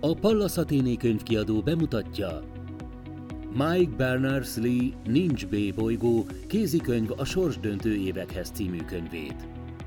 A Pallas Athéné könyvkiadó bemutatja Mike Berners-Lee Nincs B-bolygó kézikönyv a sorsdöntő évekhez című könyvét.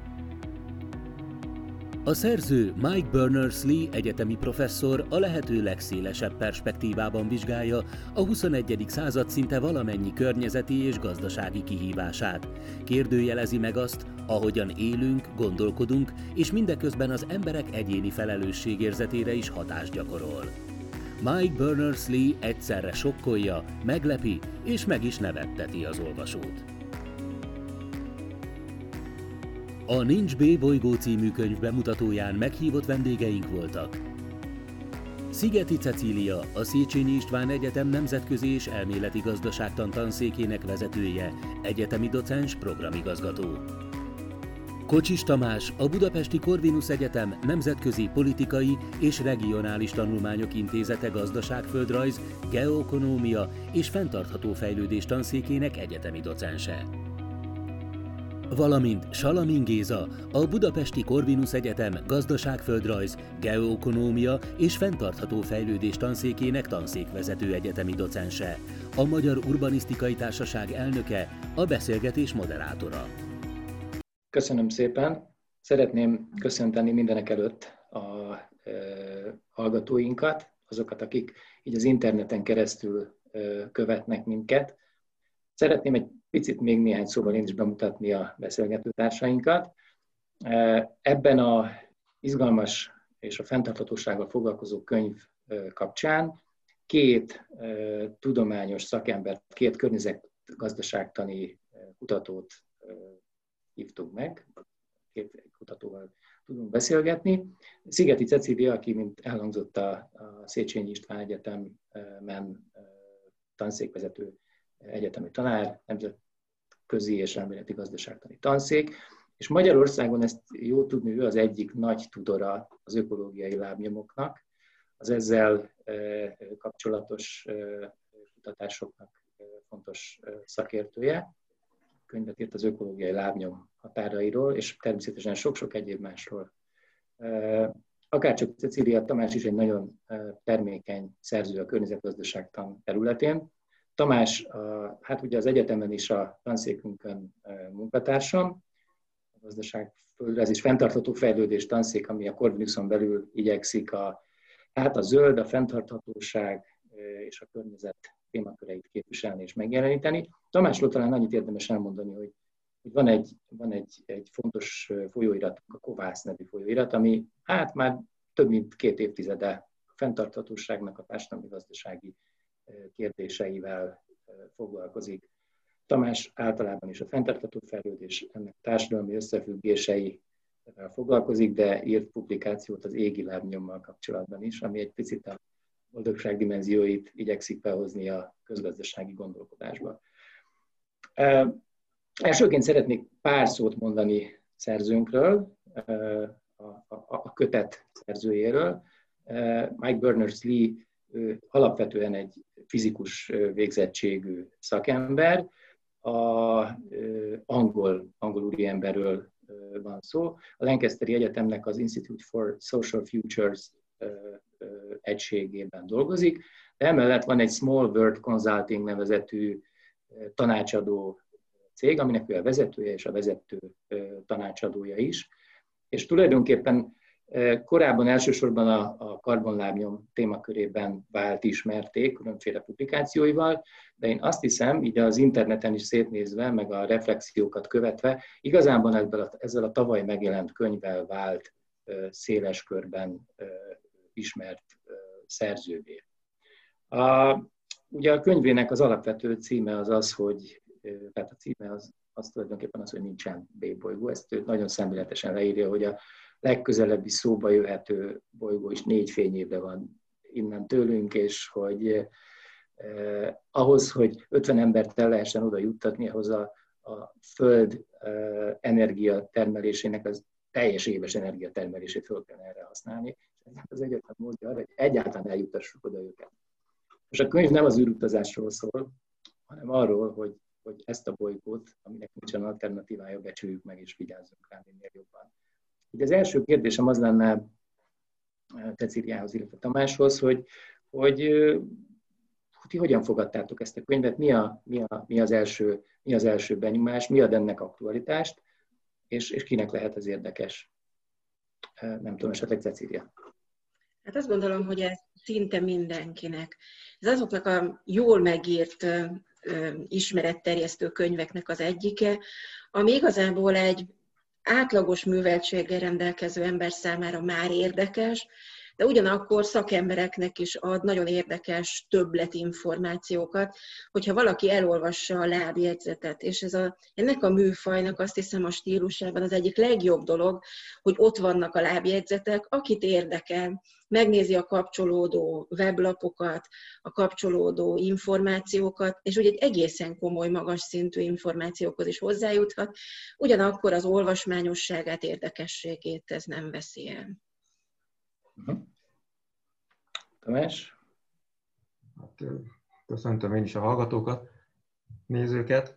A szerző Mike Berners-Lee egyetemi professzor a lehető legszélesebb perspektívában vizsgálja a 21. század szinte valamennyi környezeti és gazdasági kihívását. Kérdőjelezi meg azt, ahogyan élünk, gondolkodunk, és mindeközben az emberek egyéni felelősségérzetére is hatást gyakorol. Mike Berners-Lee egyszerre sokkolja, meglepi és meg is nevetteti az olvasót. A Nincs B-bolygó című könyv bemutatóján meghívott vendégeink voltak: Szigeti Cecília, a Széchenyi István Egyetem Nemzetközi és Elméleti Gazdaságtan tanszékének vezetője, egyetemi docens, programigazgató. Kocsis Tamás, a Budapesti Corvinus Egyetem Nemzetközi Politikai és Regionális Tanulmányok Intézete Gazdaságföldrajz, Geoökonómia és Fenntartható Fejlődés tanszékének egyetemi docense. Valamint Salamin Géza, a Budapesti Corvinus Egyetem Gazdaságföldrajz, Geoökonómia és Fenntartható Fejlődés tanszékének tanszékvezető egyetemi docense, a Magyar Urbanisztikai Társaság elnöke, a beszélgetés moderátora. Köszönöm szépen! Szeretném köszönteni mindenekelőtt a hallgatóinkat, azokat, akik így az interneten keresztül követnek minket. Szeretném egy picit még néhány szóval én is bemutatni a beszélgetőtársainkat. Ebben az izgalmas és a fenntarthatósággal foglalkozó könyv kapcsán két tudományos szakembert, két környezetgazdaságtani kutatót hívtunk meg, két kutatóval tudunk beszélgetni. Szigeti Cecília, aki, mint elhangzott, a Széchenyi István Egyetemen tanszékvezető egyetemi tanár, nemzetközi és elméleti gazdaságtani tanszék, és Magyarországon, ezt jó tudni, ő az egyik nagy tudora az ökológiai lábnyomoknak, az ezzel kapcsolatos kutatásoknak fontos szakértője. Könyvet írt az ökológiai lábnyom határairól, és természetesen sok-sok egyéb másról. Akárcsak Cecília, Tamás is egy nagyon termékeny szerző a környezetgazdaságtan területén. Tamás, hát ugye az egyetemen is a tanszékünkön munkatársam, a gazdaságföldrajz és fenntartható fejlődés tanszék, ami a Corvinuson belül igyekszik a zöld, a fenntarthatóság és a környezet témaköreit képviselni és megjeleníteni. Tamásról talán annyit érdemes elmondani, hogy van egy fontos folyóirat, a Kovász nevű folyóirat, ami hát már több mint 2 évtizede a fenntarthatóságnak, a társadalmi-gazdasági kérdéseivel foglalkozik. Tamás általában is a fenntartható fejlődés, ennek társadalmi összefüggéseivel foglalkozik, de írt publikációt az égi lábnyommal kapcsolatban is, ami egy picit a boldogság dimenzióit igyekszik behozni a közgazdasági gondolkodásba. Elsőként szeretnék pár szót mondani szerzőnkről, a kötet szerzőjéről. Mike Berners-Lee alapvetően egy fizikus végzettségű szakember, angol úriemberről van szó. A Lancasteri Egyetemnek az Institute for Social Futures egységében dolgozik, de emellett van egy Small World Consulting nevezetű tanácsadó cég, aminek ő a vezetője és a vezető tanácsadója is. És tulajdonképpen korábban elsősorban a karbonlábnyom témakörében vált ismerté különféle publikációival, de én azt hiszem, így az interneten is szétnézve, meg a reflexiókat követve, igazából ezzel a tavaly megjelent könyvvel vált széles körben ismert szerzővé. Ugye a könyvének az alapvető címe az, hogy tehát a címe az tulajdonképpen az, hogy nincsen B-bolygó. Ezt ő nagyon szemléletesen leírja, hogy a legközelebbi szóba jöhető bolygó is 4 fényévre van innen tőlünk, és hogy ahhoz, hogy 50 embert el lehessen oda juttatni, ahhoz a Föld energiatermelésének az teljes éves energiatermelését föl kell erre használni. Ez az egyetlen módja arra, hogy egyáltalán eljutassuk oda őket. És a könyv nem az űrutazásról szól, hanem arról, hogy ezt a bolygót, aminek nincsen alternatívája, becsüljük meg és vigyázzunk rá minél jobban. Ugye az első kérdésem az lenne Cecíliához, illetve Tamáshoz, hogy ti hogyan fogadtátok ezt a könyvet, mi az első benyomás, mi ad ennek aktualitást, és kinek lehet ez érdekes. Nem tudom, esetleg Cecília. Hát azt gondolom, hogy ez szinte mindenkinek. Ez azoknak a jól megírt ismeretterjesztő könyveknek az egyike, ami igazából egy átlagos műveltséggel rendelkező ember számára már érdekes, de ugyanakkor szakembereknek is ad nagyon érdekes többletinformációkat, hogyha valaki elolvassa a lábjegyzetet. És ennek a műfajnak azt hiszem a stílusában az egyik legjobb dolog, hogy ott vannak a lábjegyzetek, akit érdekel, megnézi a kapcsolódó weblapokat, a kapcsolódó információkat, és úgy egy egészen komoly, magas szintű információkhoz is hozzájuthat, ugyanakkor az olvasmányosságát, érdekességét ez nem veszi el. Tamás? Hát, köszöntöm én is a hallgatókat, nézőket.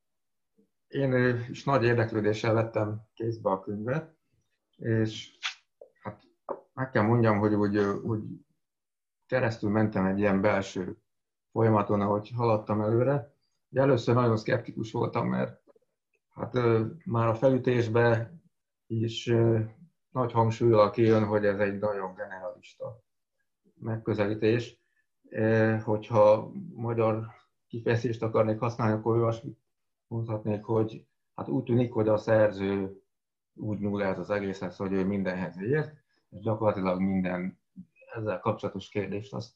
Én is nagy érdeklődéssel vettem kézbe a könyvet, és hát meg kell mondjam, hogy úgy keresztül mentem egy ilyen belső folyamaton, ahogy haladtam előre. De először nagyon szkeptikus voltam, mert hát már a felütésben is nagy hangsúllyal kijön, hogy ez egy nagyon generalista megközelítés. Hogyha magyar kifejezést akarnék használni, akkor olyasmit mondhatnék, hogy hát úgy tűnik, hogy a szerző úgy nyúl ez az egészhez, hogy ő mindenhez ért, és gyakorlatilag minden ezzel kapcsolatos kérdést azt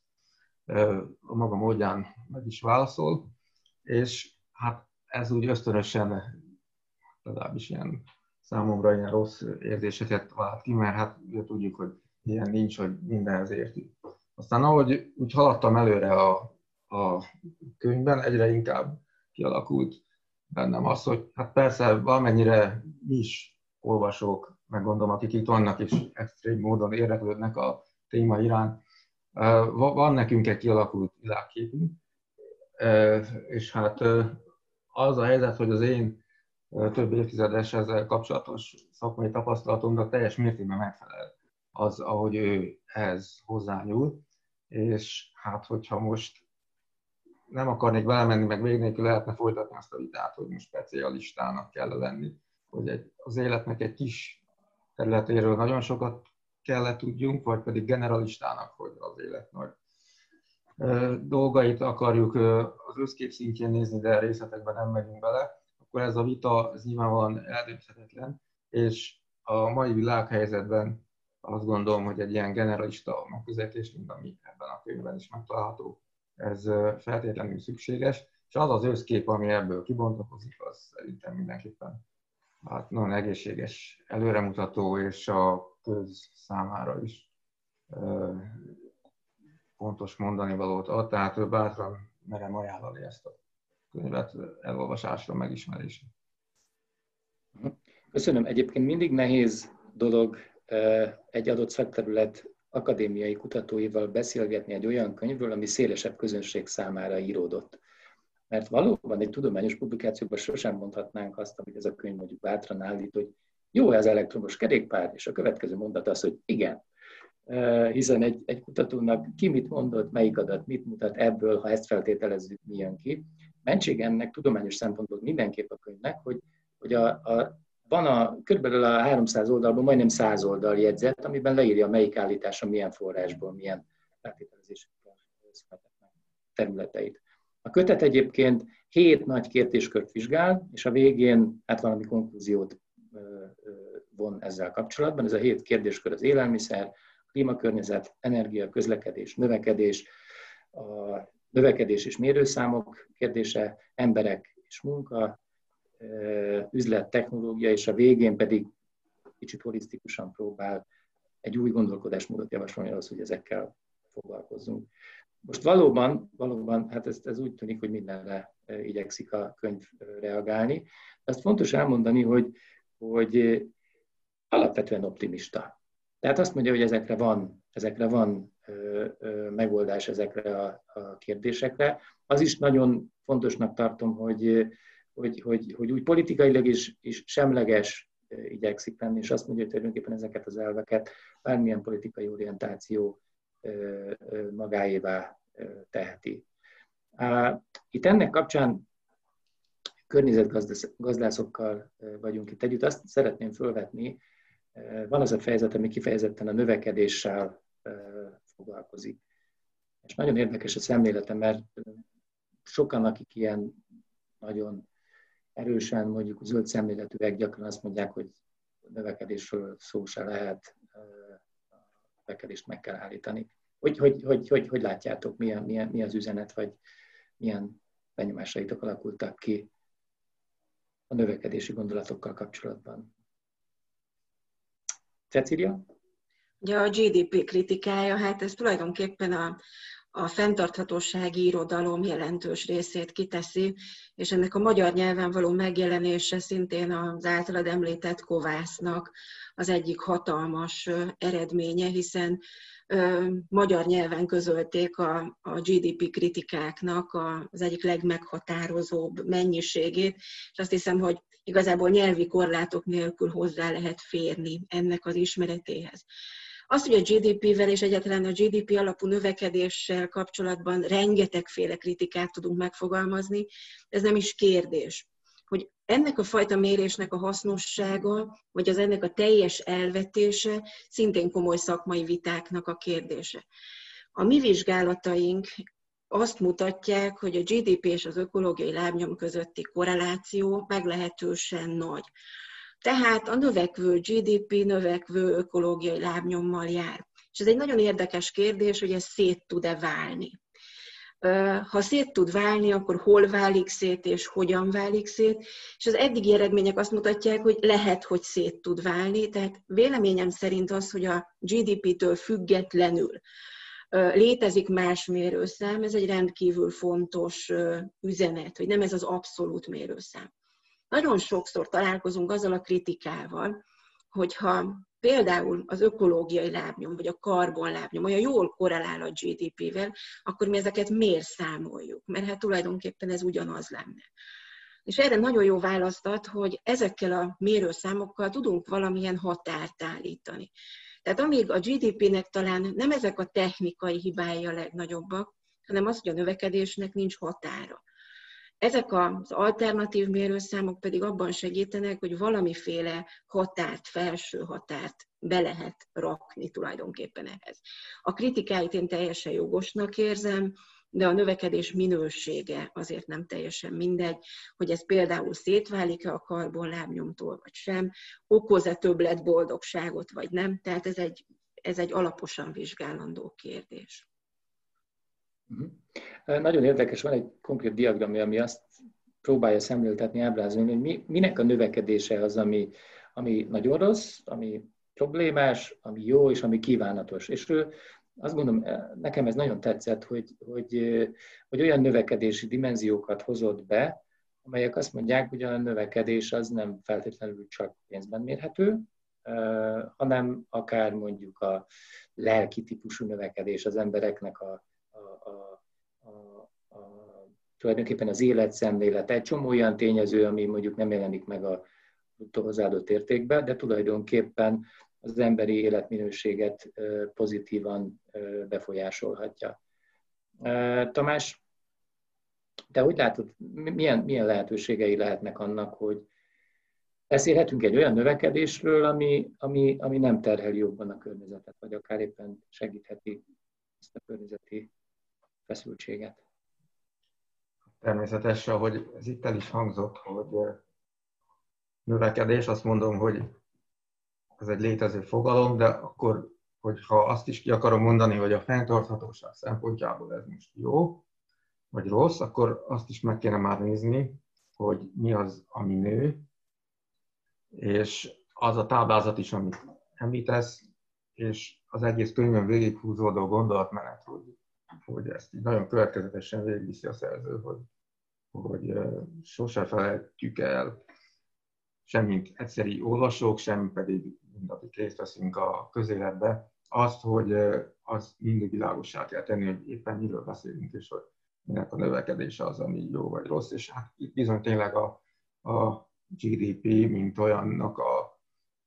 a maga módján meg is válaszol, és hát ez úgy ösztönösen, legalábbis ilyen számomra ilyen rossz érzéseket vált ki, mert hát tudjuk, hogy ilyen nincs, hogy mindenhez értünk. Aztán ahogy úgy haladtam előre a könyvben, egyre inkább kialakult bennem az, hogy hát persze valamennyire mi is olvasók, meg gondolom, akik itt vannak és extrém módon érdeklődnek a téma iránt, van nekünk egy kialakult világképünk, és hát az a helyzet, hogy az én több évtizedes ezzel kapcsolatos szakmai tapasztalatomnak teljes mértékben megfelel az, ahogy ő ehhez hozzányúl, és hát hogyha most nem akarnék belemenni, meg végig nélkül lehetne folytatni azt a vitát, hogy most specialistának kell lenni, hogy az életnek egy kis területéről nagyon sokat kellett tudjunk, vagy pedig generalistának, hogy az élet nagy dolgait akarjuk az összkép szintjén nézni, de részletekben nem megyünk bele, akkor ez a vita ez nyilvánvalóan eldönthetetlen, és a mai világhelyzetben azt gondolom, hogy egy ilyen generalista megközelítés, mint ami ebben a könyvben is megtalálható, ez feltétlenül szükséges, és az az összkép, ami ebből kibontakozik, az szerintem mindenképpen hát nagyon egészséges, előremutató, és a köz számára is fontos mondani valót ad, tehát bátran merem ajánlani ezt a könyvet elolvasásra, megismerésre. Köszönöm. Egyébként mindig nehéz dolog egy adott szakterület akadémiai kutatóival beszélgetni egy olyan könyvről, ami szélesebb közönség számára íródott. Mert valóban egy tudományos publikációban sosem mondhatnánk azt, amit ez a könyv mondjuk bátran állít, hogy jó az elektromos kerékpár, és a következő mondat az, hogy igen. Hiszen egy kutatónak ki mit mondott, melyik adat mit mutat ebből, ha ezt feltételezzük, mi jön ki. Mentség ennek tudományos szempontból mindenképp a könyvnek, hogy van körülbelül a 300 oldalban majdnem 100 oldal jegyzet, amiben leírja, melyik állítása milyen forrásból, milyen feltételezésekkel született meg területeit. A kötet egyébként 7 nagy kérdéskört vizsgál, és a végén hát valami konklúziót von ezzel kapcsolatban. Ez a 7 kérdéskör az élelmiszer, klímakörnyezet, energia, közlekedés, növekedés, a növekedés és mérőszámok kérdése, emberek és munka, üzlet, technológia, és a végén pedig kicsit holisztikusan próbál egy új gondolkodásmódot javasolni ahhoz, hogy ezekkel foglalkozzunk. Most valóban hát ez úgy tűnik, hogy mindenre igyekszik a könyv reagálni. De azt fontos elmondani, hogy alapvetően optimista. Tehát azt mondja, hogy ezekre van megoldás ezekre a kérdésekre. Az is nagyon fontosnak tartom, hogy úgy politikailag is semleges igyekszik lenni, és azt mondja, hogy tulajdonképpen ezeket az elveket bármilyen politikai orientáció magáévá teheti. Itt ennek kapcsán környezetgazdászokkal vagyunk itt együtt. Azt szeretném fölvetni, van az a fejezet, ami kifejezetten a növekedéssel foglalkozik. És nagyon érdekes a szemléletem, mert sokan, akik ilyen nagyon erősen, mondjuk zöld szemléletűek, gyakran azt mondják, hogy növekedésről szó se lehet, a növekedést meg kell állítani. Hogy látjátok, mi az üzenet, vagy milyen benyomásaitok alakultak ki a növekedési gondolatokkal kapcsolatban? Cecília? Ugye a GDP kritikája, hát ez tulajdonképpen a fenntarthatósági irodalom jelentős részét kiteszi, és ennek a magyar nyelven való megjelenése szintén az általad említett kovásznak az egyik hatalmas eredménye, hiszen magyar nyelven közölték a GDP kritikáknak az egyik legmeghatározóbb mennyiségét, és azt hiszem, hogy igazából nyelvi korlátok nélkül hozzá lehet férni ennek az ismeretéhez. Az, hogy a GDP-vel és egyáltalán a GDP alapú növekedéssel kapcsolatban rengetegféle kritikát tudunk megfogalmazni, ez nem is kérdés. Hogy ennek a fajta mérésnek a hasznossága, vagy az ennek a teljes elvetése szintén komoly szakmai vitáknak a kérdése. A mi vizsgálataink azt mutatják, hogy a GDP és az ökológiai lábnyom közötti korreláció meglehetősen nagy. Tehát a növekvő GDP növekvő ökológiai lábnyommal jár. És ez egy nagyon érdekes kérdés, hogy ez szét tud-e válni. Ha szét tud válni, akkor hol válik szét és hogyan válik szét, és az eddigi eredmények azt mutatják, hogy lehet, hogy szét tud válni, tehát véleményem szerint az, hogy a GDP-től függetlenül létezik más mérőszám, ez egy rendkívül fontos üzenet, hogy nem ez az abszolút mérőszám. Nagyon sokszor találkozunk azzal a kritikával, hogyha például az ökológiai lábnyom, vagy a karbonlábnyom olyan jól korrelál a GDP-vel, akkor mi ezeket miért számoljuk? Mert hát tulajdonképpen ez ugyanaz lenne. És erre nagyon jó választ ad, hogy ezekkel a mérőszámokkal tudunk valamilyen határt állítani. Tehát amíg a GDP-nek talán nem ezek a technikai hibái a legnagyobbak, hanem az, hogy a növekedésnek nincs határa. Ezek az alternatív mérőszámok pedig abban segítenek, hogy valamiféle határt, felső határt be lehet rakni tulajdonképpen ehhez. A kritikáit én teljesen jogosnak érzem, de a növekedés minősége azért nem teljesen mindegy, hogy ez például szétválik-e a karbonlábnyomtól, vagy sem, okoz-e többletboldogságot, vagy nem. Tehát ez egy alaposan vizsgálandó kérdés. Nagyon érdekes, van egy konkrét diagramja, ami azt próbálja szemléltetni, ábrázolni, hogy minek a növekedése az, ami nagyon rossz, ami problémás, ami jó, és ami kívánatos. És ő azt gondolom, nekem ez nagyon tetszett, hogy olyan növekedési dimenziókat hozott be, amelyek azt mondják, hogy a növekedés az nem feltétlenül csak pénzben mérhető, hanem akár mondjuk a lelki típusú növekedés az embereknek tulajdonképpen az életszemlélet. Egy csomó olyan tényező, ami mondjuk nem jelenik meg a hozzáadott értékben, de tulajdonképpen az emberi életminőséget pozitívan befolyásolhatja. Tamás, te hogy látod, milyen lehetőségei lehetnek annak, hogy beszélhetünk egy olyan növekedésről, ami nem terheli jobban a környezetet, vagy akár éppen segítheti ezt a környezeti feszültséget? Természetesen, hogy ez itt el is hangzott, hogy növekedés, azt mondom, hogy ez egy létező fogalom, de akkor, hogyha azt is ki akarom mondani, hogy a fenntarthatóság szempontjából ez most jó, vagy rossz, akkor azt is meg kéne már nézni, hogy mi az, ami nő, és az a táblázat is, amit említesz, és az egész könyvön végighúzódó gondolatmenet, hogy ezt így nagyon következetesen végigviszi a szerző, hogy sose felejtjük el, sem mint egyszeri olvasók, sem pedig, mint akik részt veszünk a közéletbe, azt, hogy az mindig világossá kell tenni, hogy éppen miről beszélünk, és hogy minek a növekedése az, ami jó vagy rossz, és hát itt bizony tényleg a GDP, mint olyannak a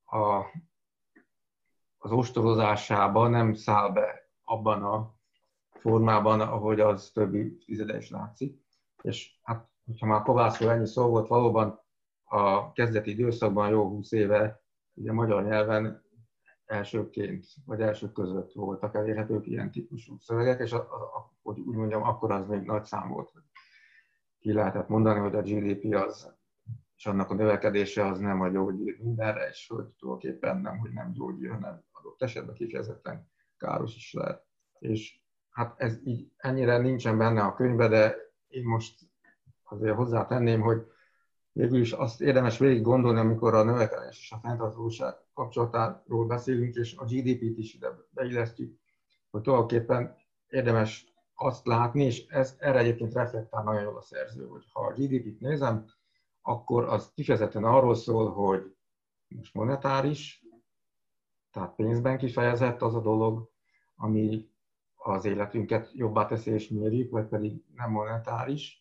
az ostorozásában nem száll be abban a formában, ahogy az többi tizede is látszik. És hát, hogyha már Kovácsról ennyi szó volt, valóban a kezdeti időszakban jó 20 éve ugye magyar nyelven elsőként, vagy elsők között voltak elérhetők ilyen típusú szövegek, és hogy úgy mondjam, akkor az még nagy szám volt. Ki lehetett mondani, hogy a GDP az, és annak a növekedése az nem a gyógyír mindenre, és hogy tulajdonképpen nem, hogy nem gyógyír, hanem adott esetben kifejezetten káros is lehet. És hát ez így ennyire nincsen benne a könyvben, de én most azért hozzátenném, hogy végül is azt érdemes végig gondolni, amikor a növekedés és a fenntarthatóság kapcsolatáról beszélünk, és a GDP-t is ide beillesztjük, hogy tulajdonképpen érdemes azt látni, és erre egyébként reflektál nagyon jól a szerző, hogy ha a GDP-t nézem, akkor az kifejezetten arról szól, hogy most monetáris, tehát pénzben kifejezett az a dolog, ami az életünket jobbá teszi és mérjük, vagy pedig nem monetáris.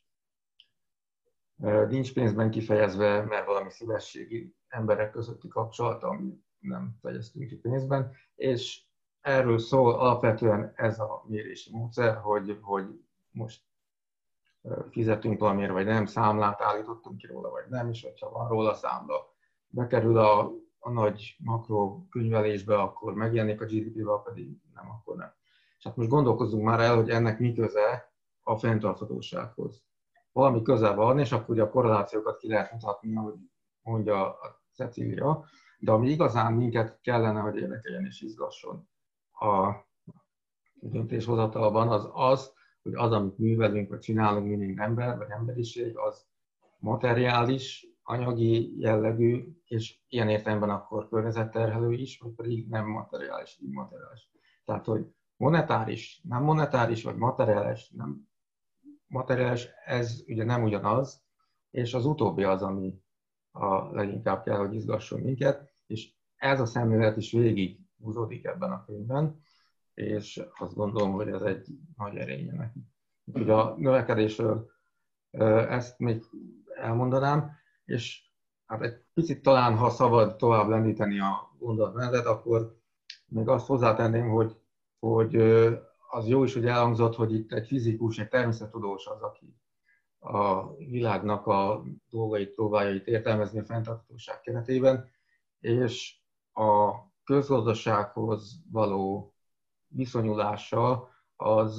Nincs pénzben kifejezve, mert valami szívességi emberek közötti kapcsolat, amit nem fejeztünk ki pénzben, és erről szól alapvetően ez a mérési módszer, hogy most fizetünk valamiért, vagy nem, számlát állítottunk ki róla, vagy nem, és hogyha van róla számla, bekerül a nagy makro könyvelésbe, akkor megjelenik a GDP-vel, pedig nem, akkor nem. És hát most gondolkozzunk már el, hogy ennek mi köze a fenntarthatósághoz. Valami köze van, és akkor ugye a korrelációkat ki lehet mutatni, ahogy mondja a Cecília, de ami igazán minket kellene, hogy érdekeljen és izgasson a döntéshozatalban, az, hogy az, amit művelünk, vagy csinálunk mindig ember, vagy emberiség, az materiális, anyagi jellegű, és ilyen értelemben akkor környezetterhelő is, vagy pedig nem materiális, immateriális. Tehát, hogy monetáris, nem monetáris, vagy materiális, nem materiális, ez ugye nem ugyanaz, és az utóbbi az, ami a leginkább kell, hogy izgasson minket, és ez a szemlélet is végig húzódik ebben a könyvben, és azt gondolom, hogy ez egy nagy erénye neki. Úgyhogy a növekedésről ezt még elmondanám, és hát egy picit talán, ha szabad tovább lendíteni a gondolatmenetet, akkor még azt hozzátenném, hogy az jó is, hogy elhangzott, hogy itt egy fizikus, egy természettudós az, aki a világnak a dolgait próbálja itt értelmezni a fenntarthatóság keretében, és a közgazdasághoz való viszonyulása az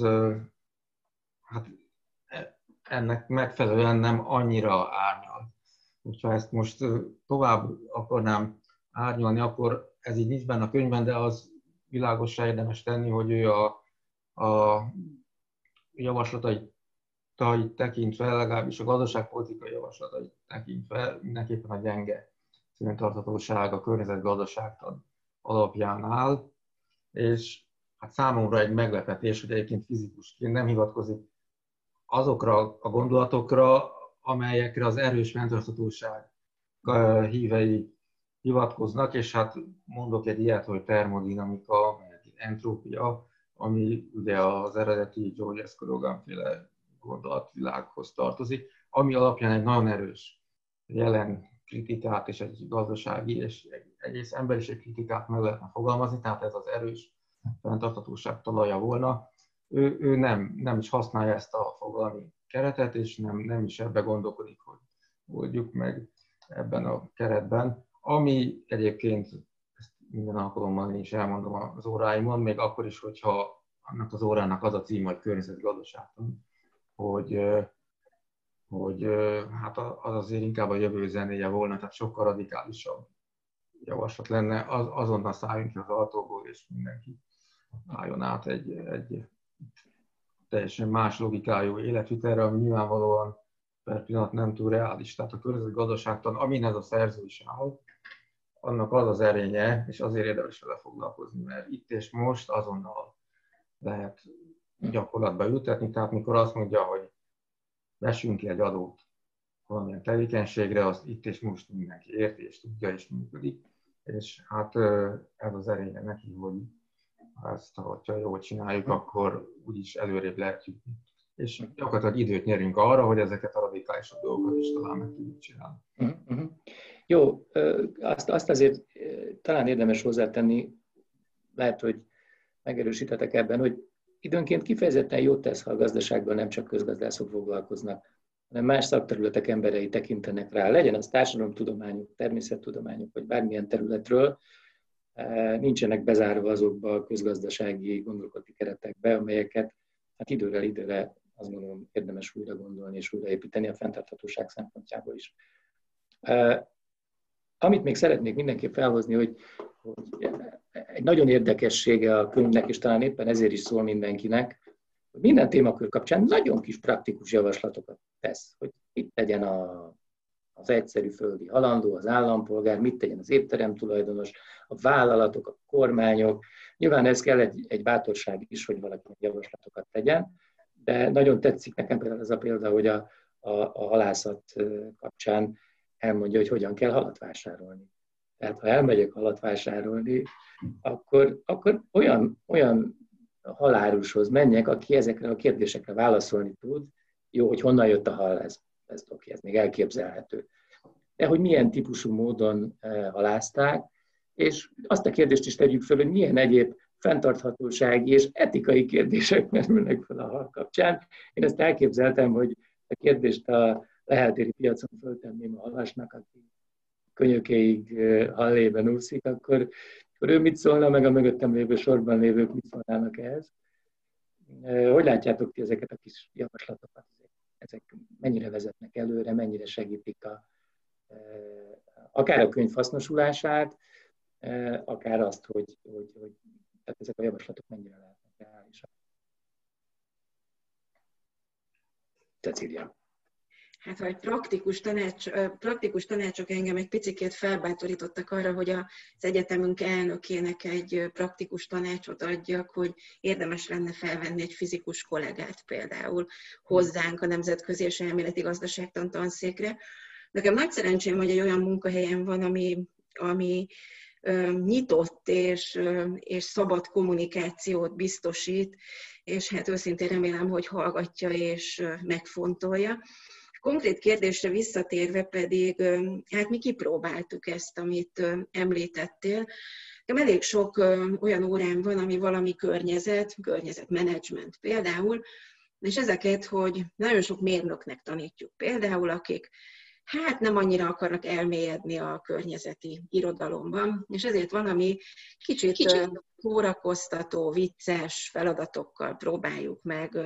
hát ennek megfelelően nem annyira árnyal. Hogyha ezt most tovább akarnám árnyalni, akkor ez így nincs benne a könyvben, de az világossá érdemes tenni, hogy ő a javaslatait tekintve, legalábbis a gazdaságpolitikai javaslatait tekintve mindenképpen a gyenge fenntarthatóság a környezetgazdaságtan alapján áll, és hát számomra egy meglepetés, hogy egyébként fizikusként nem hivatkozik azokra a gondolatokra, amelyekre az erős fenntarthatóság hívei hivatkoznak, és hát mondok egy ilyet, hogy termodinamika, entrópia, ami ugye az eredeti George Escrogan-féle gondolatvilághoz tartozik, ami alapján egy nagyon erős jelen kritikát és egy gazdasági és egy egész emberiség kritikát meg lehetne fogalmazni, tehát ez az erős fenntarthatóság talaja volna. Ő nem is használja ezt a fogalmi keretet, és nem is ebbe gondolkodik, hogy oldjuk meg ebben a keretben. Ami egyébként, ezt minden alkalommal én is elmondom az óráimon, még akkor is, hogyha annak az órának az a cím, hogy környezetgazdaságtan, hogy hát az azért inkább a jövő zenéje volna, tehát sokkal radikálisabb javaslat lenne, azonnal szálljunk ki az autóból, és mindenki álljon át egy teljesen más logikájú életvitelre, ami nyilvánvalóan per pillanat nem túl reális. Tehát a környezetgazdaságtan, amin ez a szerző is áll, annak az az erénye, és azért érdemes vele foglalkozni, mert itt és most azonnal lehet gyakorlatba ültetni, tehát mikor azt mondja, hogy vessünk ki egy adót valamilyen tevékenységre, azt itt és most mindenki érti és tudja és működik, és hát ez az erénye neki, hogy ezt, ha jól csináljuk, akkor úgyis előrébb lehet jutni. És gyakorlatilag időt nyerünk arra, hogy ezeket a radikálisabb dolgokat is talán meg tudjuk csinálni. Jó, azt azért talán érdemes hozzátenni, lehet, hogy megerősíthetek ebben, hogy időnként kifejezetten jót tesz, ha a gazdaságban nem csak közgazdászok foglalkoznak, hanem más szakterületek emberei tekintenek rá. Legyen az társadalomtudományok, természettudományok, vagy bármilyen területről, nincsenek bezárva azokba a közgazdasági gondolkodni keretekbe, amelyeket hát időről időre azt gondolom érdemes újra gondolni és újraépíteni a fenntarthatóság szempontjából is. Amit még szeretnék mindenképp felhozni, hogy egy nagyon érdekessége a könyvnek, és talán éppen ezért is szól mindenkinek, hogy minden témakör kapcsán nagyon kis praktikus javaslatokat tesz, hogy mit tegyen az egyszerű földi halandó, az állampolgár, mit tegyen az étterem tulajdonos, a vállalatok, a kormányok. Nyilván ez kell egy bátorság is, hogy valaki javaslatokat tegyen, de nagyon tetszik nekem például ez a példa, hogy a halászat kapcsán elmondja, hogy hogyan kell halat vásárolni. Tehát ha elmegyek halat vásárolni, akkor olyan halárushoz menjek, aki ezekre a kérdésekre válaszolni tud. Jó, hogy honnan jött a hal, ez oké, ez még elképzelhető. De hogy milyen típusú módon halázták, és azt a kérdést is tegyük föl, hogy milyen egyéb fenntarthatósági és etikai kérdések merülnek fel a hal kapcsán. Én ezt elképzeltem, hogy a kérdést a leheltéri piacon föltenném a halasnak, aki könyökéig hallében úszik, akkor ő mit szólna, meg a mögöttem lévő sorban lévők mit szólnának ehhez. Hogy látjátok ti ezeket a kis javaslatokat? Ezek mennyire vezetnek előre, mennyire segítik akár a könyv hasznosulását, akár azt, hogy tehát ezek a javaslatok mennyire lehetnek reálisak. Cecília. Hát, hogy praktikus tanácsok engem egy picikét felbátorítottak arra, hogy az egyetemünk elnökének egy praktikus tanácsot adjak, hogy érdemes lenne felvenni egy fizikus kollégát például hozzánk a Nemzetközi és Elméleti Gazdaságtan tanszékre. Nekem nagy szerencsém, hogy egy olyan munkahelyen van, ami nyitott és szabad kommunikációt biztosít, és hát őszintén remélem, hogy hallgatja és megfontolja. Konkrét kérdésre visszatérve pedig, hát mi kipróbáltuk ezt, amit említettél. Elég sok olyan órán van, ami valami környezetmenedzsment például, és ezeket, hogy nagyon sok mérnöknek tanítjuk például, akik hát nem annyira akarnak elmélyedni a környezeti irodalomban, és ezért valami kicsit szórakoztató, vicces feladatokkal próbáljuk meg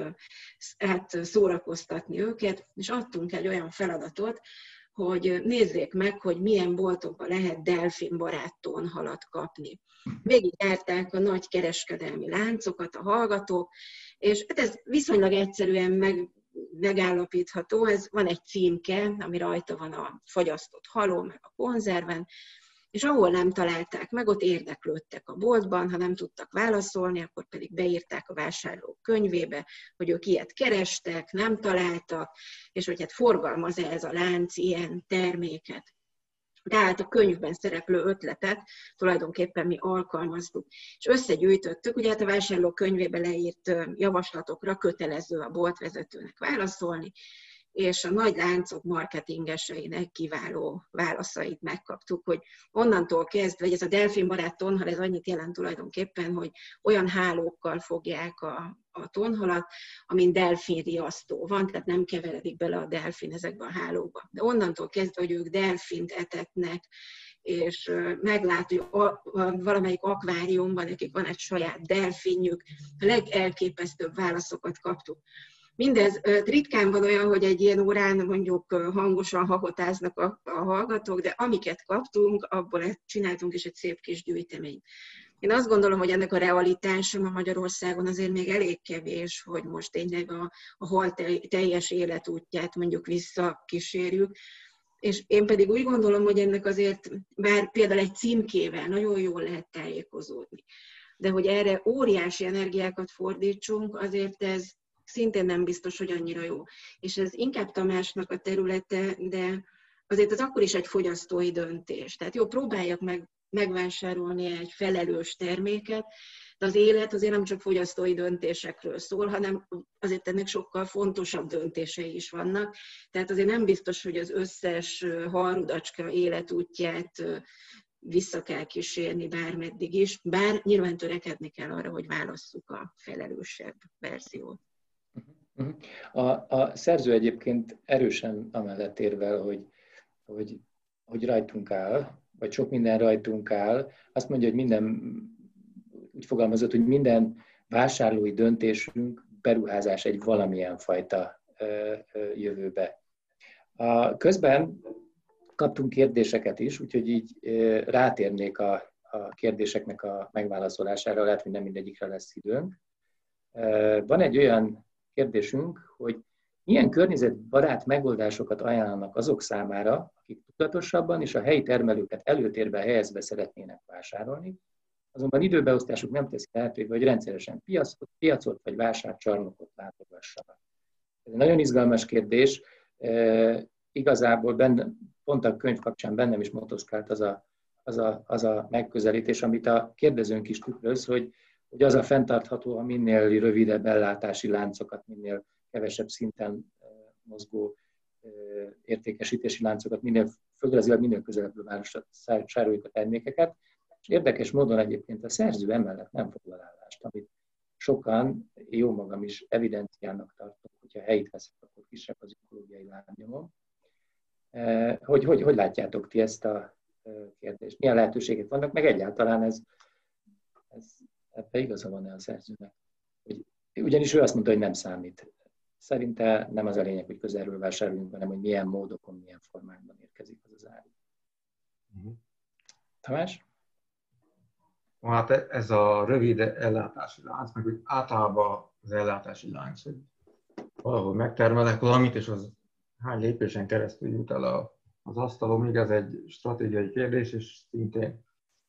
szórakoztatni őket, és adtunk egy olyan feladatot, hogy nézzék meg, hogy milyen boltokban lehet delfinbarát tonhalat kapni. Végigjárták a nagy kereskedelmi láncokat a hallgatók, és hát ez viszonylag egyszerűen megállapítható, van egy címke, ami rajta van a fagyasztott halon, meg a konzerven, és ahol nem találták meg, ott érdeklődtek a boltban, ha nem tudtak válaszolni, akkor pedig beírták a vásárlók könyvébe, hogy ők ilyet kerestek, nem találtak, és hogy hát forgalmaz-e ez a lánc ilyen terméket. Tehát a könyvben szereplő ötletet tulajdonképpen mi alkalmaztuk, és összegyűjtöttük, ugye hát a vásárló könyvébe leírt javaslatokra kötelező a boltvezetőnek válaszolni, és a nagy láncok marketingeseinek kiváló válaszait megkaptuk, hogy onnantól kezdve, hogy ez a delfinbarát tonhal, ez annyit jelent tulajdonképpen, hogy olyan hálókkal fogják a tonhalat, amin delfinriasztó van, tehát nem keveredik bele a delfin ezekbe a hálókba. De onnantól kezdve, hogy ők delfint etetnek, és meglát, hogy valamelyik akváriumban nekik van egy saját delfinjük, a legelképesztőbb válaszokat kaptuk. Mindez ritkán van olyan, hogy egy ilyen órán mondjuk hangosan hahotáznak a hallgatók, de amiket kaptunk, abból csináltunk is egy szép kis gyűjteményt. Én azt gondolom, hogy ennek a realitása ma Magyarországon azért még elég kevés, hogy most tényleg a hal teljes életútját mondjuk visszakísérjük. És én pedig úgy gondolom, hogy ennek azért, bár például egy címkével nagyon jól lehet tájékozódni, de hogy erre óriási energiákat fordítsunk, azért ez szintén nem biztos, hogy annyira jó. És ez inkább Tamásnak a területe, de azért az akkor is egy fogyasztói döntés. Tehát jó, próbáljak meg megvásárolni egy felelős terméket, De az élet azért nem csak fogyasztói döntésekről szól, hanem azért ennek sokkal fontosabb döntései is vannak. Tehát azért nem biztos, hogy az összes halrudacska életútját vissza kell kísérni bármeddig is, bár nyilván törekedni kell arra, hogy válasszuk a felelősebb verziót. A szerző egyébként erősen amellett érvel, hogy rajtunk áll, vagy sok minden rajtunk áll. Azt mondja, hogy úgy fogalmazott, hogy minden vásárlói döntésünk beruházás egy valamilyen fajta jövőbe. Közben kaptunk kérdéseket is, úgyhogy így rátérnék a kérdéseknek a megválaszolására, lehet, hogy nem mindegyikre lesz időnk. Van egy olyan kérdésünk, hogy milyen környezetbarát megoldásokat ajánlanak azok számára, akik tudatosabban és a helyi termelőket előtérbe helyezve szeretnének vásárolni, azonban időbeosztásuk nem teszi lehetővé, hogy rendszeresen piacot vagy vásárcsarnokot látogassanak. Ez egy nagyon izgalmas kérdés. Igazából pont a könyv kapcsán bennem is motoszkált az a megközelítés, amit a kérdezőnk is tükröz, hogy az a fenntartható, ha minél rövidebb ellátási láncokat, minél kevesebb szinten mozgó értékesítési láncokat, földrajzilag minél közelebbről vásároljuk a termékeket. És érdekes módon egyébként a szerző emellett nem foglal állást, amit sokan, jó magam is evidenciának tartok, hogyha helyit veszek, akkor kisebb az ökológiai lábnyomom. Hogy látjátok ti ezt a kérdést? Milyen lehetőségek vannak, meg egyáltalán ebben igaza van-e a szerzőnek? Ugyanis ő azt mondta, hogy nem számít. Szerinte nem az a lényeg, hogy közelről vásároljunk, hanem hogy milyen módokon, milyen formákban érkezik az áru. Tamás? Hát ez a rövid ellátási lánc, meg úgy általában az ellátási lánc, hogy valahol megtermelek valamit, és az hány lépésen keresztül jut el az asztalomig, ez egy stratégiai kérdés, és szintén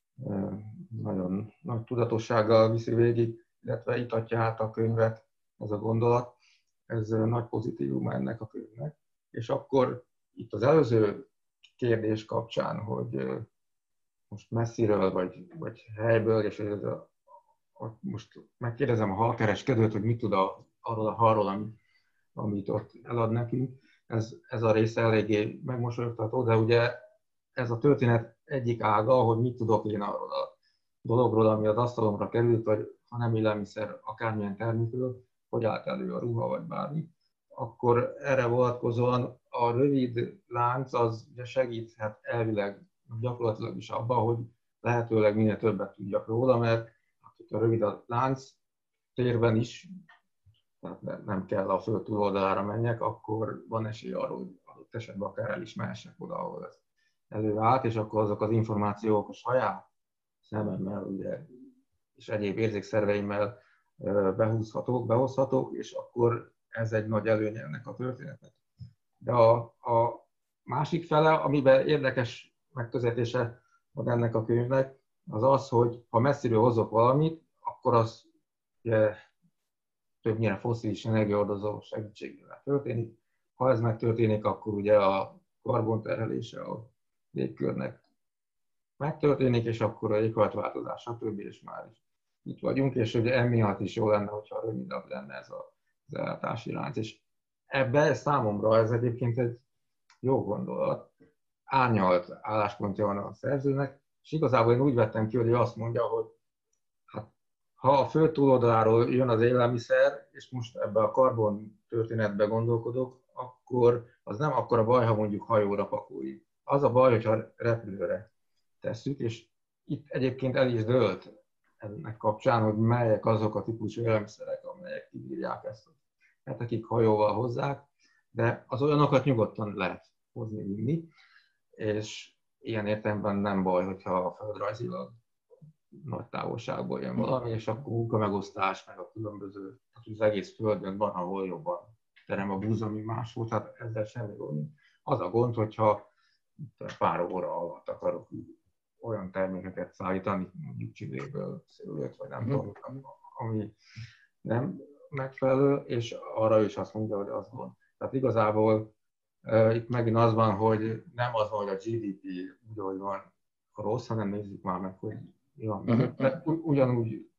nagyon nagy tudatossággal viszi végig, illetve itatja át a könyvet ez a gondolat. Ez nagy pozitívum ennek a könyvnek. És akkor itt az előző kérdés kapcsán, hogy most messziről vagy helyből, és most megkérdezem a halkereskedőt, hogy mit tud arról a halról, amit ott elad nekünk. Ez a része eléggé megmosolyogtató, de ugye ez a történet egyik ága, hogy mit tudok én arról a dologról, ami az asztalomra került, vagy ha nem élelmiszer, akármilyen termékről, hogy állt elő a ruha, vagy bármi. Akkor erre vonatkozóan a rövid lánc az ugye segíthet elvileg, gyakorlatilag is abban, hogy lehetőleg minél többet tudjak róla, mert a rövid a lánc térben is, tehát nem kell a föld túloldalára menjek, akkor van esély arról, hogy adott esetben akár el is mehessek oda, ahol ez előállt, és akkor azok az információk a saját szememmel, ugye, és egyéb érzékszerveimmel behozhatók, és akkor ez egy nagy előnye ennek a történetnek. De a másik fele, amiben érdekes megközelítése van ennek a könyvnek, az az, hogy ha messziről hozok valamit, akkor az ugye, többnyire fosszilis energiahordozó segítségével történik. Ha ez megtörténik, akkor ugye a karbonterhelése a légkörnek megtörténik, és akkor a éghajlatváltozás, stb. És már is itt vagyunk, és ugye emiatt is jó lenne, hogyha rövidebb lenne ez az ellátási lánc. És ebben számomra ez egyébként egy jó gondolat, árnyalt álláspontja van a szerzőnek, és igazából én úgy vettem ki, hogy ő azt mondja, hogy hát, ha a föld túloldaláról jön az élelmiszer, és most ebbe a karbon történetbe gondolkodok, akkor az nem akkora baj, ha mondjuk hajóra pakoljuk. Az a baj, hogyha repülőre tesszük, és itt egyébként el is dőlt ennek kapcsán, hogy melyek azok a típusú élelmiszerek, amelyek kibírják ezt, hát akik hajóval hozzák, de az olyanokat nyugodtan lehet hozni, vinni, és ilyen értelemben nem baj, hogyha a földrajzilag nagy távolságból jön valami, és akkor munkamegosztás, meg a különböző, az egész földön van, ahol jobban terem a búza, mint máshol, tehát ezzel semmi gond. Az a gond, hogyha pár óra alatt akarok olyan termékeket szállítani, mondjuk csilléből, szélőt, vagy nem tudom, ami nem megfelelő, és arra is azt mondja, hogy az van. Tehát igazából itt megint az van, hogy nem az van, hogy a GDP úgy, ahogy van rossz, hanem nézzük már meg, hogy mi van. Ugyanúgy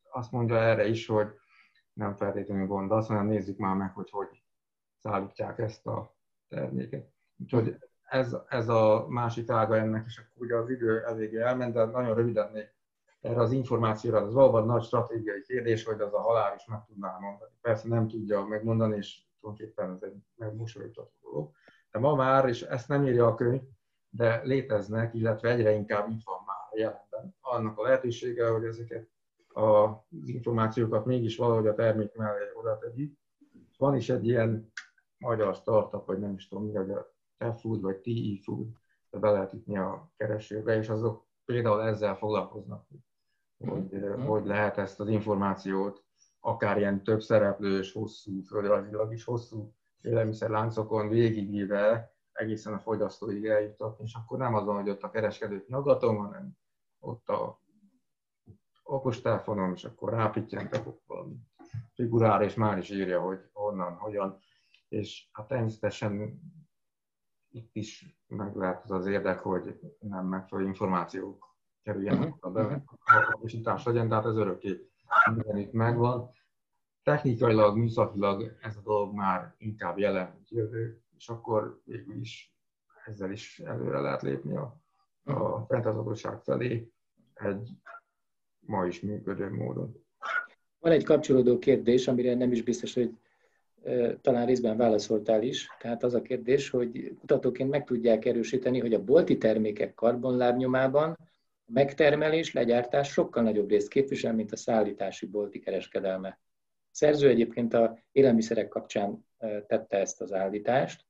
azt mondja erre is, hogy nem feltétlenül gond az, hanem nézzük már meg, hogy szállítják ezt a terméket. Úgyhogy ez a másik ága ennek, és akkor ugye az idő eléggé elment, de nagyon röviden még erre az információra, az valóban nagy stratégiai kérdés, hogy az a halál is meg tudná mondani. Persze nem tudja megmondani, és tulajdonképpen ez egy megmosolyogtató dolog. De ma már, és ezt nem írja a könyv, de léteznek, illetve egyre inkább itt van már jelenben annak a lehetősége, hogy ezeket az információkat mégis valahogy a termék mellé oda tegyük. Van is egy ilyen magyar startup, vagy nem is tudom mi, hogy a T-Food vagy TE Food, de be lehet ütni a keresőbe, és azok például ezzel foglalkoznak, hogy lehet ezt az információt akár ilyen több szereplős, hosszú, földrajzilag is hosszú élelmiszerláncokon végigvíve egészen a fogyasztóig eljutatni, és akkor nem azon, hogy ott a kereskedőt nyagatom, hanem ott a okostelefonon, és akkor rápittyentek valami figurára, és már is írja, hogy honnan, hogyan. És hát természetesen itt is meg lehet az érdek, hogy nem megfelelő információk kerüljenek a hamisítás legyen, tehát ez örökké mindenütt megvan. Technikailag, műszakilag ez a dolog már inkább jelen, mint jövő, és akkor végül is ezzel is előre lehet lépni a fenntarthatóság felé egy ma is működő módon. Van egy kapcsolódó kérdés, amire nem is biztos, hogy talán részben válaszoltál is. Tehát az a kérdés, hogy kutatóként meg tudják erősíteni, hogy a bolti termékek karbonlábnyomában a megtermelés, legyártás sokkal nagyobb részt képvisel, mint a szállítási bolti kereskedelme. A szerző egyébként az élelmiszerek kapcsán tette ezt az állítást,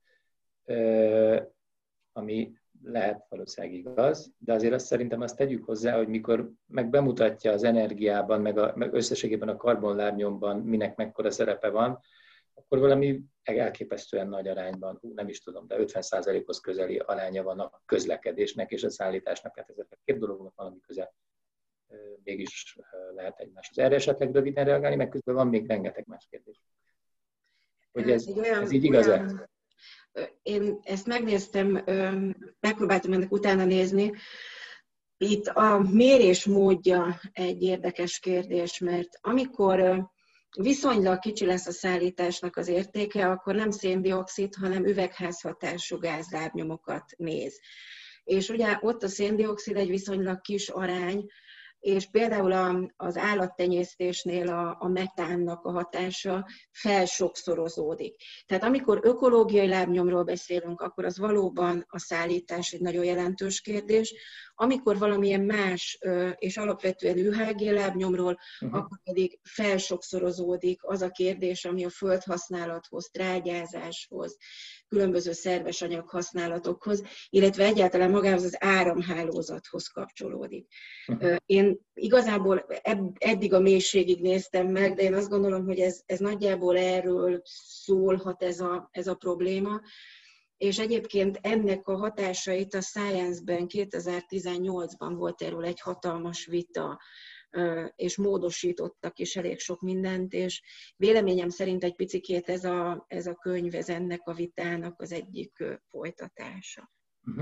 ami lehet valószínűleg igaz, de azért azt szerintem azt tegyük hozzá, hogy mikor meg bemutatja az energiában, meg összességében a karbonlábnyomban minek mekkora szerepe van, akkor valami elképesztően nagy arányban, nem is tudom, de 50%-hoz közeli aránya van a közlekedésnek és a szállításnak, tehát ezek a két dolognak valami köze mégis lehet egymáshoz. Erre esetleg röviden reagálni, meg közben van még rengeteg más kérdés. Hogy ez így igaz-e? Én ezt megnéztem, megpróbáltam ennek utána nézni. Itt a mérés módja egy érdekes kérdés, mert amikor viszonylag kicsi lesz a szállításnak az értéke, akkor nem széndioxid, hanem üvegházhatású gázlábnyomokat néz. És ugye ott a széndioxid egy viszonylag kis arány, és például az állattenyésztésnél a metánnak a hatása felsokszorozódik. Tehát amikor ökológiai lábnyomról beszélünk, akkor az valóban a szállítás egy nagyon jelentős kérdés. Amikor valamilyen más és alapvetően UHG lábnyomról, akkor pedig felsokszorozódik az a kérdés, ami a földhasználathoz, trágyázáshoz, különböző szerves anyaghasználatokhoz, illetve egyáltalán magához az áramhálózathoz kapcsolódik. Én igazából eddig a mélységig néztem meg, de én azt gondolom, hogy ez nagyjából erről szólhat ez a probléma. És egyébként ennek a hatásait a Science-ben 2018-ban volt erről egy hatalmas vita, és módosítottak is elég sok mindent, és véleményem szerint egy picikét ez a könyv, ez ennek a vitának az egyik folytatása.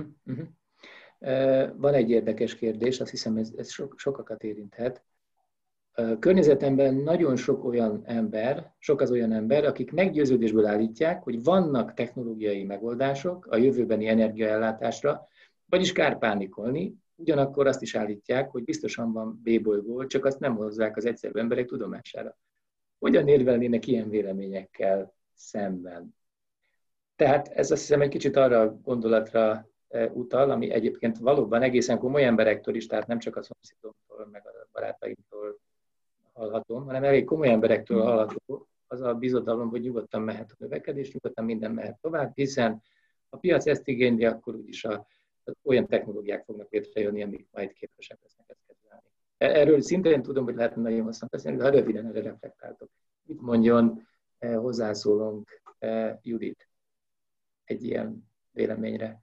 Van egy érdekes kérdés, azt hiszem ez sokakat érinthet. Környezetemben nagyon sok az olyan ember, akik meggyőződésből állítják, hogy vannak technológiai megoldások a jövőbeni energiaellátásra, vagyis kár pánikolni, ugyanakkor azt is állítják, hogy biztosan van B-bolygó, csak azt nem hozzák az egyszerű emberek tudomására. Hogyan érvelnének ilyen véleményekkel szemben? Tehát ez azt hiszem egy kicsit arra a gondolatra utal, ami egyébként valóban egészen komoly emberektől is, tehát nem csak a szomszédomtól, meg a barátaimtól hallhatom, hanem elég komoly emberektől hallható az a bizodalom, hogy nyugodtan mehet a növekedés, nyugodtan minden mehet tovább, hiszen a piac ezt igényli, akkor úgyis olyan technológiák fognak létrejönni, amik majd képesek lesznek ezt kezelni. Erről szintén tudom, hogy lehetne nagyon hosszan beszélni, de ha röviden erre reflektáltok. Mit mondjon hozzászólónk Judit egy ilyen véleményre?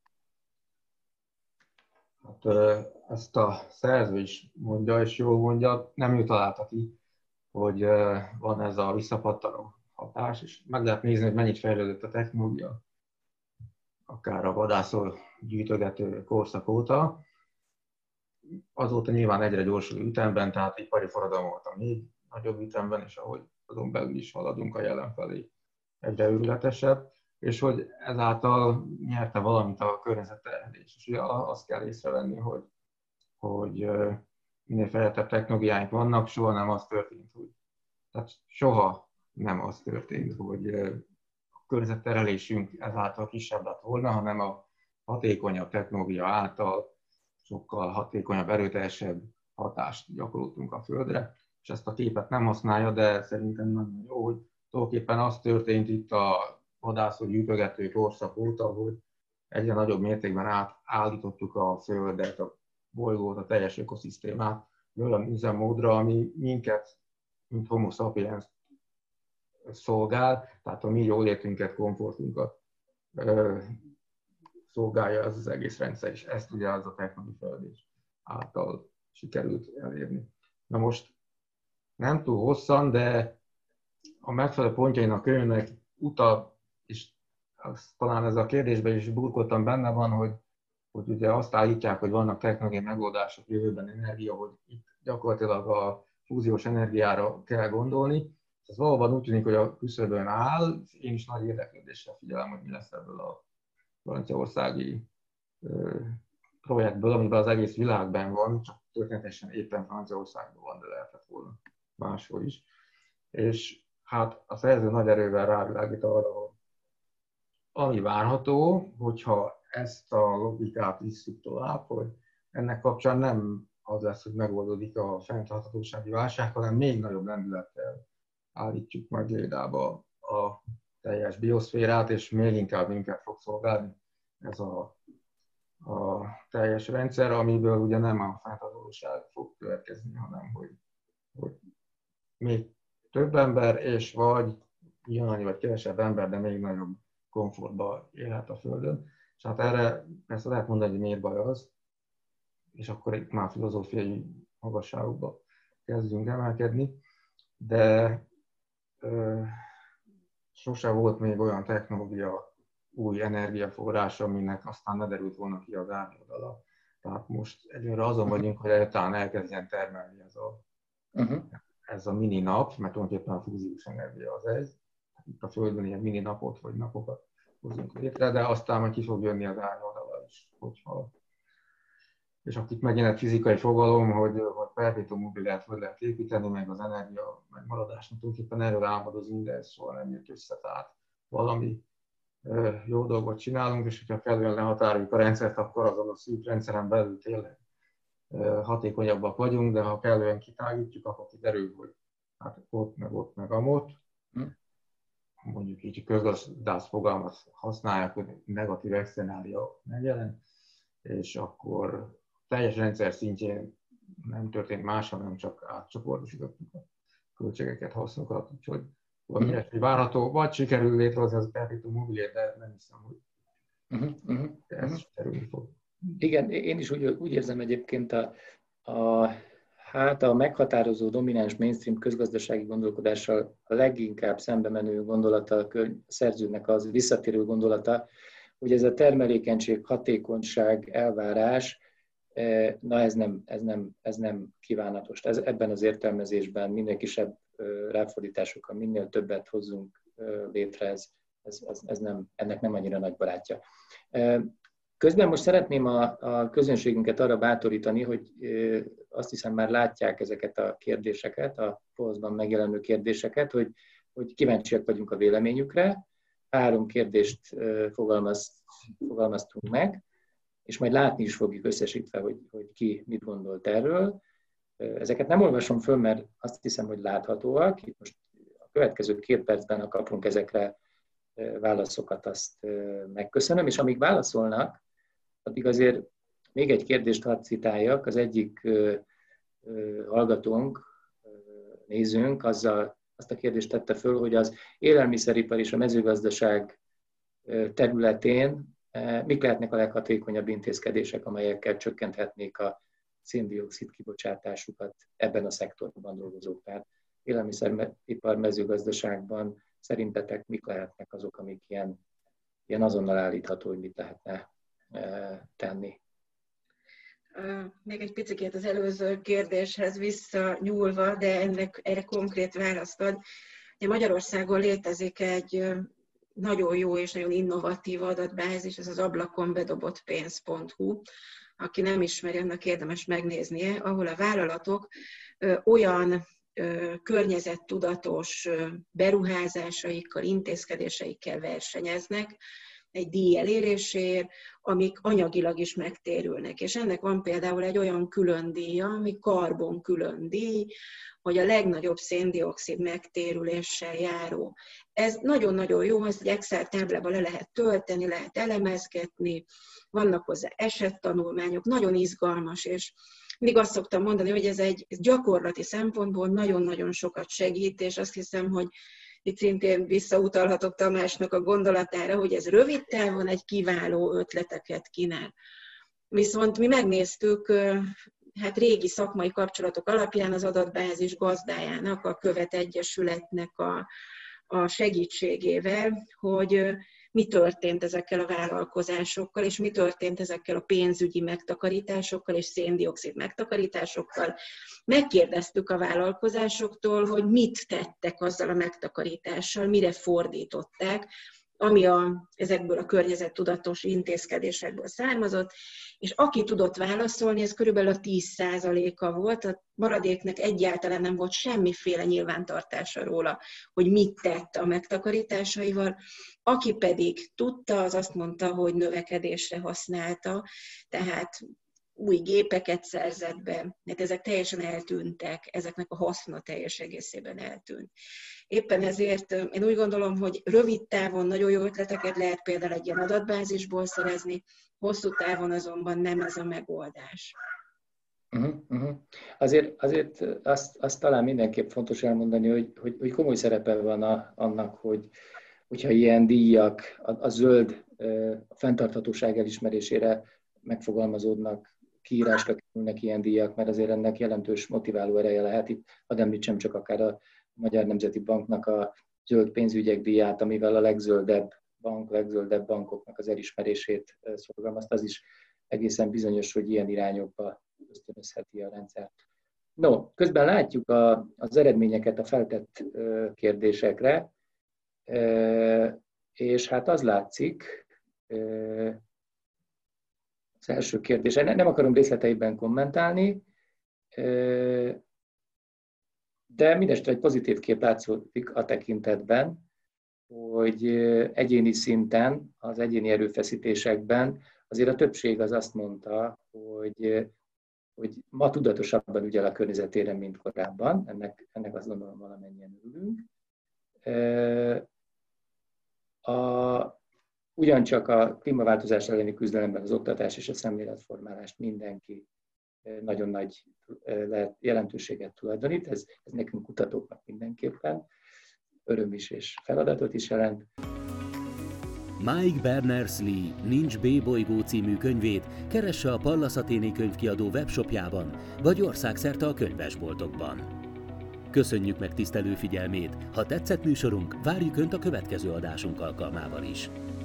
Hát, ezt a szerző is mondja, és jól mondja, nem ő találta ki, hogy van ez a visszapattanó hatás, és meg lehet nézni, hogy mennyit fejlődött a technológia, akár a vadászó gyűjtögető korszak óta. azóta nyilván egyre gyorsuló ütemben, tehát ipari forradalom volt a még nagyobb ütemben, és ahogy azon belül is haladunk a jelen felé, egyre őrületesebb, és hogy ezáltal nyerte valamit a környezetterhelés. És ugye azt kell észrevenni, hogy minél fejlettebb technológiáink vannak, soha nem az történt, hogy a környezetterhelésünk ezáltal kisebb lett volna, hanem a hatékonyabb technológia által sokkal hatékonyabb, erőteljesebb hatást gyakoroltunk a Földre, és ezt a képet nem használja, de szerintem nagyon jó, hogy tulajdonképpen az történt itt a vadászó gyűjtögető korszak óta, hogy egyre nagyobb mértékben átállítottuk a Földet, a bolygót, a teljes ökoszisztémát olyan üzemmódra, ami minket, mint Homo sapiens szolgál, tehát a mi jólétünket, komfortunkat szolgálja ez az egész rendszer, és ezt ugye az a technológiai fejlődés által sikerült elérni. Na most nem túl hosszan, de a megfelelő pontjain a könyvnek utal, és talán ez a kérdésben is burkoltam benne van, hogy ugye azt állítják, hogy vannak technológiai megoldások jövőben energia, hogy itt gyakorlatilag a fúziós energiára kell gondolni. Ez valóban úgy tűnik, hogy a küszöbön áll, én is nagy érdeklődéssel figyelem, hogy mi lesz ebből a franciaországi projektből, amiben az egész világban van, csak történetesen éppen Franciaországban van, de lehetett volna máshol is. És hát a szerző nagy erővel rávilágít arra, hogy ami várható, hogyha ezt a logikát visszük tovább, hogy ennek kapcsán nem az lesz, hogy megoldódik a fenntarthatósági válság, hanem még nagyobb lendülettel állítjuk majd lédába a teljes bioszférát, és még inkább minket fog szolgálni ez a teljes rendszer, amiből ugye nem a fenntarthatóság fog következni, hanem hogy még több ember, és vagy ugyanannyi vagy kevesebb ember, de még nagyobb komfortba élhet a Földön. És hát erre persze lehet mondani, hogy miért baj az, és akkor itt már filozófiai magasságokba kezdjünk emelkedni, de sose volt még olyan technológia, új energiaforrás, aminek aztán ne derült volna ki az árnyoldala. Tehát most egyre azon vagyunk, hogy egyáltalán elkezdjen termelni ez a mini nap, mert tulajdonképpen a fúziós energia az ez. Itt a Földön ilyen mini napot vagy napokat hozunk létre, de aztán majd ki fog jönni az árnyoldala is, és akkor itt megint egy fizikai fogalom, hogy perpetuum mobilát hogy lehet építeni, meg az energia megmaradásnak tulajdonképpen erről álmodozunk, de ez soha nem jött össze, tehát valami jó dolgot csinálunk, és hogyha kellően lehatároljuk a rendszert, akkor azon a szűk rendszeren belül tényleg hatékonyabbak vagyunk, de ha kellően kitágítjuk, akkor kiderül, hogy hát ott meg amott. Mondjuk így közgazdász fogalmat használják, hogy negatív externália megjelen, és akkor teljes rendszer szintjén nem történt más, hanem csak átcsoportosítottuk a költségeket, hasznokat, úgyhogy valami ilyesmi várható, vagy sikerül létrehozni az perpetuum mobilét, de nem hiszem, hogy ez sikerülni fog. Igen, én is úgy érzem egyébként a meghatározó, domináns mainstream közgazdasági gondolkodással a leginkább szembe menő gondolata a szerzőnek az visszatérő gondolata, hogy ez a termelékenység, hatékonyság, elvárás, na ez nem kívánatos. Ebben az értelmezésben minél kisebb ráfordításokkal, minél többet hozzunk létre, ennek nem annyira nagy barátja. Közben most szeretném a közönségünket arra bátorítani, hogy azt hiszem már látják ezeket a kérdéseket, a posztban megjelenő kérdéseket, hogy kíváncsiak vagyunk a véleményükre. 3 kérdést fogalmaztunk meg, és majd látni is fogjuk összesítve, hogy ki mit gondolt erről. Ezeket nem olvasom föl, mert azt hiszem, hogy láthatóak. Itt most a következő 2 percben, ha kapunk ezekre válaszokat, azt megköszönöm. És amíg válaszolnak, addig azért még egy kérdést hadd citáljak. Az egyik hallgatónk, nézőnk, azt a kérdést tette föl, hogy az élelmiszeripar és a mezőgazdaság területén mik lehetnek a leghatékonyabb intézkedések, amelyekkel csökkenthetnék a szén-dioxid kibocsátásukat ebben a szektorban dolgozók. Tehát élelmiszeripar, mezőgazdaságban szerintetek mik lehetnek azok, amik ilyen azonnal állítható, hogy mit lehetne tenni? Még egy picit az előző kérdéshez visszanyúlva, de erre konkrét választ ad. Magyarországon létezik egy nagyon jó és nagyon innovatív adatbázis, ez az ablakon bedobott pénz.hu. Aki nem ismeri, annak érdemes megnéznie, ahol a vállalatok olyan környezettudatos beruházásaikkal, intézkedéseikkel versenyeznek egy díj eléréséért, amik anyagilag is megtérülnek. És ennek van például egy olyan külön díja, ami karbon külön díj, hogy a legnagyobb széndioxid megtérüléssel járó. Ez nagyon-nagyon jó, ezt egy Excel táblába le lehet tölteni, lehet elemezgetni, vannak hozzá esettanulmányok, nagyon izgalmas, és mindig azt szoktam mondani, hogy ez egy gyakorlati szempontból nagyon-nagyon sokat segít, és azt hiszem, hogy itt szintén visszautalhatok Tamásnak a gondolatára, hogy ez rövid távon egy kiváló ötleteket kínál. Viszont mi megnéztük, hát régi szakmai kapcsolatok alapján az adatbázis gazdájának, a Követ Egyesületnek a segítségével, hogy mi történt ezekkel a vállalkozásokkal, és mi történt ezekkel a pénzügyi megtakarításokkal és széndioxid megtakarításokkal. Megkérdeztük a vállalkozásoktól, hogy mit tettek azzal a megtakarítással, mire fordították, ami ezekből a környezettudatos intézkedésekből származott, és aki tudott válaszolni, ez körülbelül a 10%-a volt, a maradéknak egyáltalán nem volt semmiféle nyilvántartása róla, hogy mit tett a megtakarításaival. Aki pedig tudta, az azt mondta, hogy növekedésre használta, tehát új gépeket szerzett be, mert ezek teljesen eltűntek, ezeknek a haszna teljes egészében eltűnt. Éppen ezért én úgy gondolom, hogy rövid távon nagyon jó ötleteket lehet például egy ilyen adatbázisból szerezni, hosszú távon azonban nem ez a megoldás. Azért azt talán mindenképp fontos elmondani, hogy komoly szerepe van annak, hogyha ilyen díjak a zöld a fenntarthatóság elismerésére megfogalmazódnak, kiírásra kerülnek ilyen díjak, mert azért ennek jelentős motiváló ereje lehet. Itt hadd említsem csak akár a Magyar Nemzeti Banknak a zöld pénzügyek díját, amivel a legzöldebb bankoknak az elismerését szorgalmazta. Az is egészen bizonyos, hogy ilyen irányokba ösztönözheti a rendszert. No, közben látjuk az eredményeket a feltett kérdésekre, és hát az látszik, az első kérdés, nem akarom részleteiben kommentálni, de mindestre egy pozitív kép látszódik a tekintetben, hogy egyéni szinten, az egyéni erőfeszítésekben azért a többség az azt mondta, hogy ma tudatosabban ügyel a környezetére, mint korábban. Ennek azt gondolom valamennyien örülünk. Ugyancsak a klímaváltozás elleni küzdelemben az oktatás és a szemléletformálást mindenki nagyon nagy jelentőséget tulajdonít. Ez nekünk kutatóknak mindenképpen öröm is és feladatot is jelent. Mike Berners-Lee Nincs B-bolygó című könyvét keresse a Pallas Athéné könyvkiadó webshopjában, vagy országszerte a könyvesboltokban. Köszönjük megtisztelő figyelmét! Ha tetszett műsorunk, várjuk Önt a következő adásunk alkalmával is!